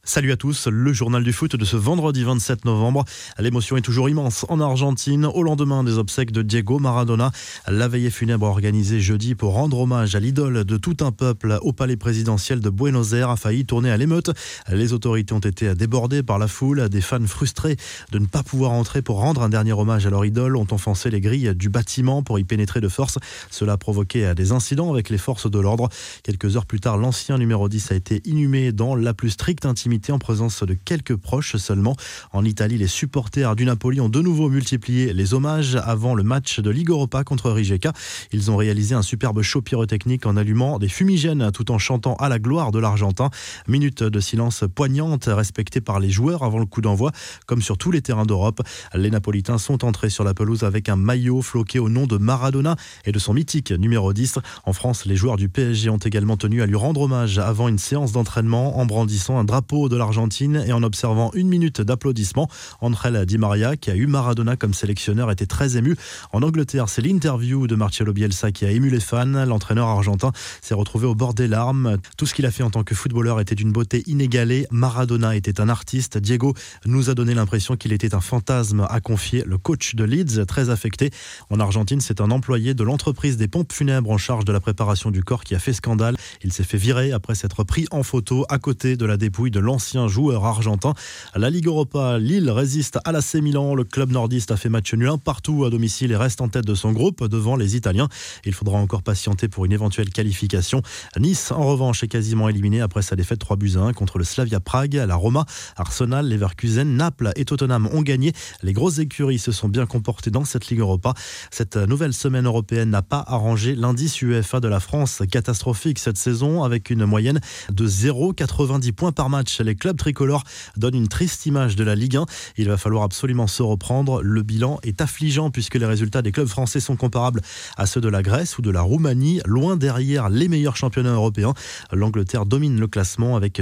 Salut à tous, le journal du foot de ce vendredi 27 novembre. L'émotion est toujours immense en Argentine au lendemain des obsèques de Diego Maradona. La veillée funèbre organisée jeudi pour rendre hommage à l'idole de tout un peuple au palais présidentiel de Buenos Aires a failli tourner à l'émeute. Les autorités ont été débordées par la foule. Des fans frustrés de ne pas pouvoir entrer pour rendre un dernier hommage à leur idole ont enfoncé les grilles du bâtiment pour y pénétrer de force. Cela a provoqué des incidents avec les forces de l'ordre. Quelques heures plus tard, l'ancien numéro 10 a été inhumé dans la plus stricte intimité en présence de quelques proches seulement. En Italie, les supporters du Napoli ont de nouveau multiplié les hommages avant le match de Ligue Europa contre Rijeka. Ils ont réalisé un superbe show pyrotechnique en allumant des fumigènes tout en chantant à la gloire de l'Argentin. Minute de silence poignante respectée par les joueurs avant le coup d'envoi, comme sur tous les terrains d'Europe. Les Napolitains sont entrés sur la pelouse avec un maillot floqué au nom de Maradona et de son mythique numéro 10. En France, les joueurs du PSG ont également tenu à lui rendre hommage avant une séance d'entraînement en brandissant un drapeau de l'Argentine et en observant une minute d'applaudissements. Angel Di Maria, qui a eu Maradona comme sélectionneur, était très ému. En Angleterre, c'est l'interview de Marcelo Bielsa qui a ému les fans. L'entraîneur argentin s'est retrouvé au bord des larmes. Tout ce qu'il a fait en tant que footballeur était d'une beauté inégalée. Maradona était un artiste. Diego nous a donné l'impression qu'il était un fantasme, a confié le coach de Leeds, très affecté. En Argentine, c'est un employé de l'entreprise des pompes funèbres en charge de la préparation du corps qui a fait scandale. Il s'est fait virer après s'être pris en photo à côté de la dépouille de l'ancien joueur argentin. La Ligue Europa, Lille résiste à l'AC Milan. Le club nordiste a fait match nul 1-1 à domicile et reste en tête de son groupe devant les Italiens. Il faudra encore patienter pour une éventuelle qualification. Nice, en revanche, est quasiment éliminé après sa défaite 3-1 contre le Slavia Prague. La Roma, Arsenal, Leverkusen, Naples et Tottenham ont gagné. Les grosses écuries se sont bien comportées dans cette Ligue Europa. Cette nouvelle semaine européenne n'a pas arrangé l'indice UEFA de la France, catastrophique cette saison avec une moyenne de 0,90 points par match. Les clubs tricolores donnent une triste image de la Ligue 1. Il va falloir absolument se reprendre. Le bilan est affligeant puisque les résultats des clubs français sont comparables à ceux de la Grèce ou de la Roumanie, loin derrière les meilleurs championnats européens. L'Angleterre domine le classement avec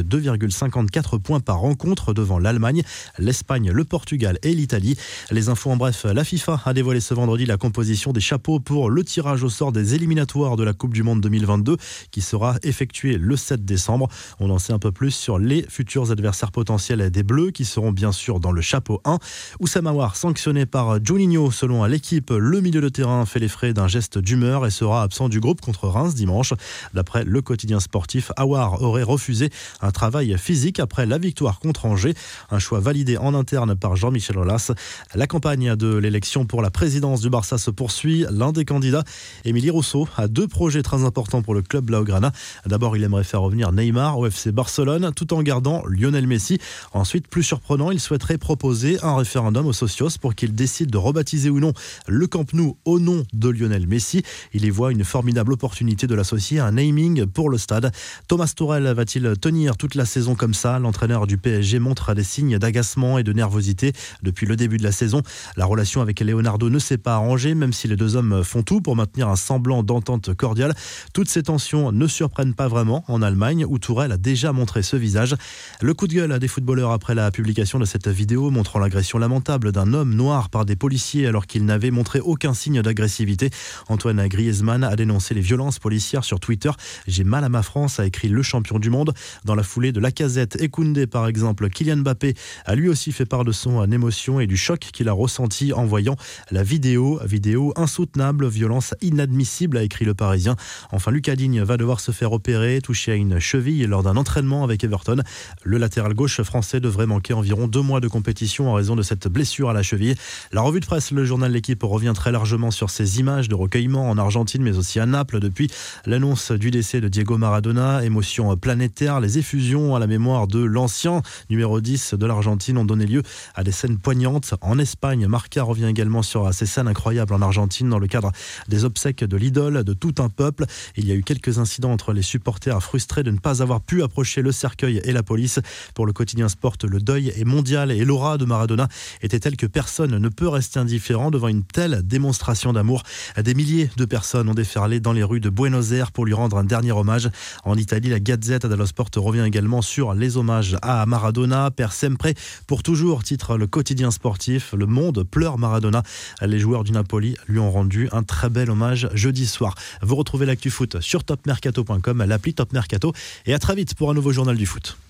2,54 points par rencontre devant l'Allemagne, l'Espagne, le Portugal et l'Italie. Les infos en bref, la FIFA a dévoilé ce vendredi la composition des chapeaux pour le tirage au sort des éliminatoires de la Coupe du Monde 2022 qui sera effectué le 7 décembre. On en sait un peu plus sur les futurs adversaires potentiels des Bleus qui seront bien sûr dans le chapeau 1. Oussem Aouar, sanctionné par Juninho selon l'équipe, le milieu de terrain fait les frais d'un geste d'humeur et sera absent du groupe contre Reims dimanche. D'après le quotidien sportif, Aouar aurait refusé un travail physique après la victoire contre Angers, un choix validé en interne par Jean-Michel Aulas. La campagne de l'élection pour la présidence du Barça se poursuit. L'un des candidats, Émilie Rousseau, a deux projets très importants pour le club blaugrana. D'abord, il aimerait faire revenir Neymar au FC Barcelone tout en gardant Lionel Messi. Ensuite, plus surprenant, il souhaiterait proposer un référendum aux socios pour qu'ils décident de rebaptiser ou non le Camp Nou au nom de Lionel Messi. Il y voit une formidable opportunité de l'associer à un naming pour le stade. Thomas Tuchel va-t-il tenir toute la saison comme ça? L'entraîneur du PSG montre des signes d'agacement et de nervosité depuis le début de la saison. La relation avec Leonardo ne s'est pas arrangée, même si les deux hommes font tout pour maintenir un semblant d'entente cordiale. Toutes ces tensions ne surprennent pas vraiment en Allemagne, où Tuchel a déjà montré ce visage. Le coup de gueule des footballeurs après la publication de cette vidéo montrant l'agression lamentable d'un homme noir par des policiers alors qu'il n'avait montré aucun signe d'agressivité. Antoine Griezmann a dénoncé les violences policières sur Twitter. « J'ai mal à ma France », a écrit le champion du monde. Dans la foulée de Lacazette et Koundé par exemple, Kylian Mbappé a lui aussi fait part de son émotion et du choc qu'il a ressenti en voyant la vidéo. Vidéo insoutenable, violence inadmissible, a écrit le Parisien. Enfin, Lucas Digne va devoir se faire opérer, touché à une cheville lors d'un entraînement avec Everton. Le latéral gauche français devrait manquer environ 2 mois de compétition en raison de cette blessure à la cheville. La revue de presse, le journal L'Équipe revient très largement sur ces images de recueillement en Argentine mais aussi à Naples depuis l'annonce du décès de Diego Maradona. Émotion planétaire, les effusions à la mémoire de l'ancien numéro 10 de l'Argentine ont donné lieu à des scènes poignantes. En Espagne, Marca revient également sur ces scènes incroyables en Argentine dans le cadre des obsèques de l'idole de tout un peuple. Il y a eu quelques incidents entre les supporters frustrés de ne pas avoir pu approcher le cercueil et la police. Pour le quotidien Sport, le deuil est mondial et l'aura de Maradona était telle que personne ne peut rester indifférent devant une telle démonstration d'amour. Des milliers de personnes ont déferlé dans les rues de Buenos Aires pour lui rendre un dernier hommage. En Italie, la Gazzetta dello Sport revient également sur les hommages à Maradona. Per sempre, pour toujours, titre le quotidien sportif. Le monde pleure Maradona. Les joueurs du Napoli lui ont rendu un très bel hommage jeudi soir. Vous retrouvez l'actu foot sur topmercato.com, l'appli Top Mercato, et à très vite pour un nouveau journal du foot.